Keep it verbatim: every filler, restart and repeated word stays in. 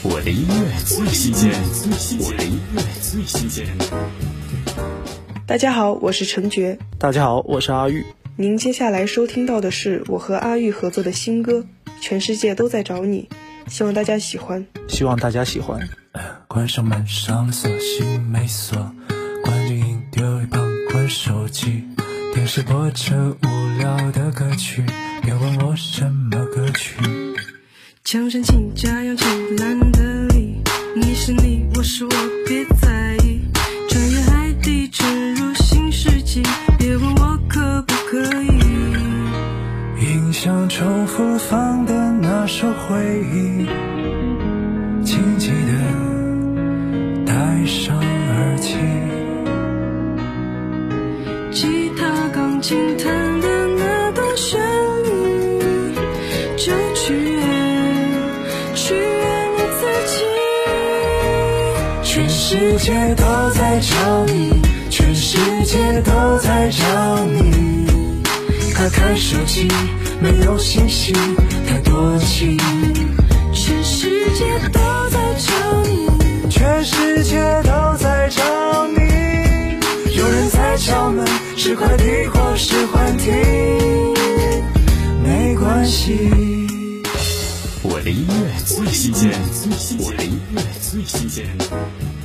我的音乐最新鲜，我的音乐最新鲜。 大家好，我是陈觉。 大家好，我是阿玉。 您接下来收听到的是我和阿玉合作的新歌《全世界都在找你》，希望大家喜欢。 希望大家喜欢。 关上门，上了锁，心没锁，关静音，丢一旁，关手机。电视播着无聊的歌曲，别问我什么歌曲。 强声请加氧气，懒得理，你是你，我是我，别在意。穿越海底，沉入新世纪，别问我可不可以。 音响重复放的那首回忆，请记得戴上耳机。 吉他钢琴弹的那段旋律，就取悦取悦你自己。 全世界都在找你，全世界都在找你。打开手机，没有信息，太多情。 全世界都在找你， 全世界都在找你。有人在敲门，是快递或是幻听，没关系。 我的音乐最新鲜，我的音乐最新鲜。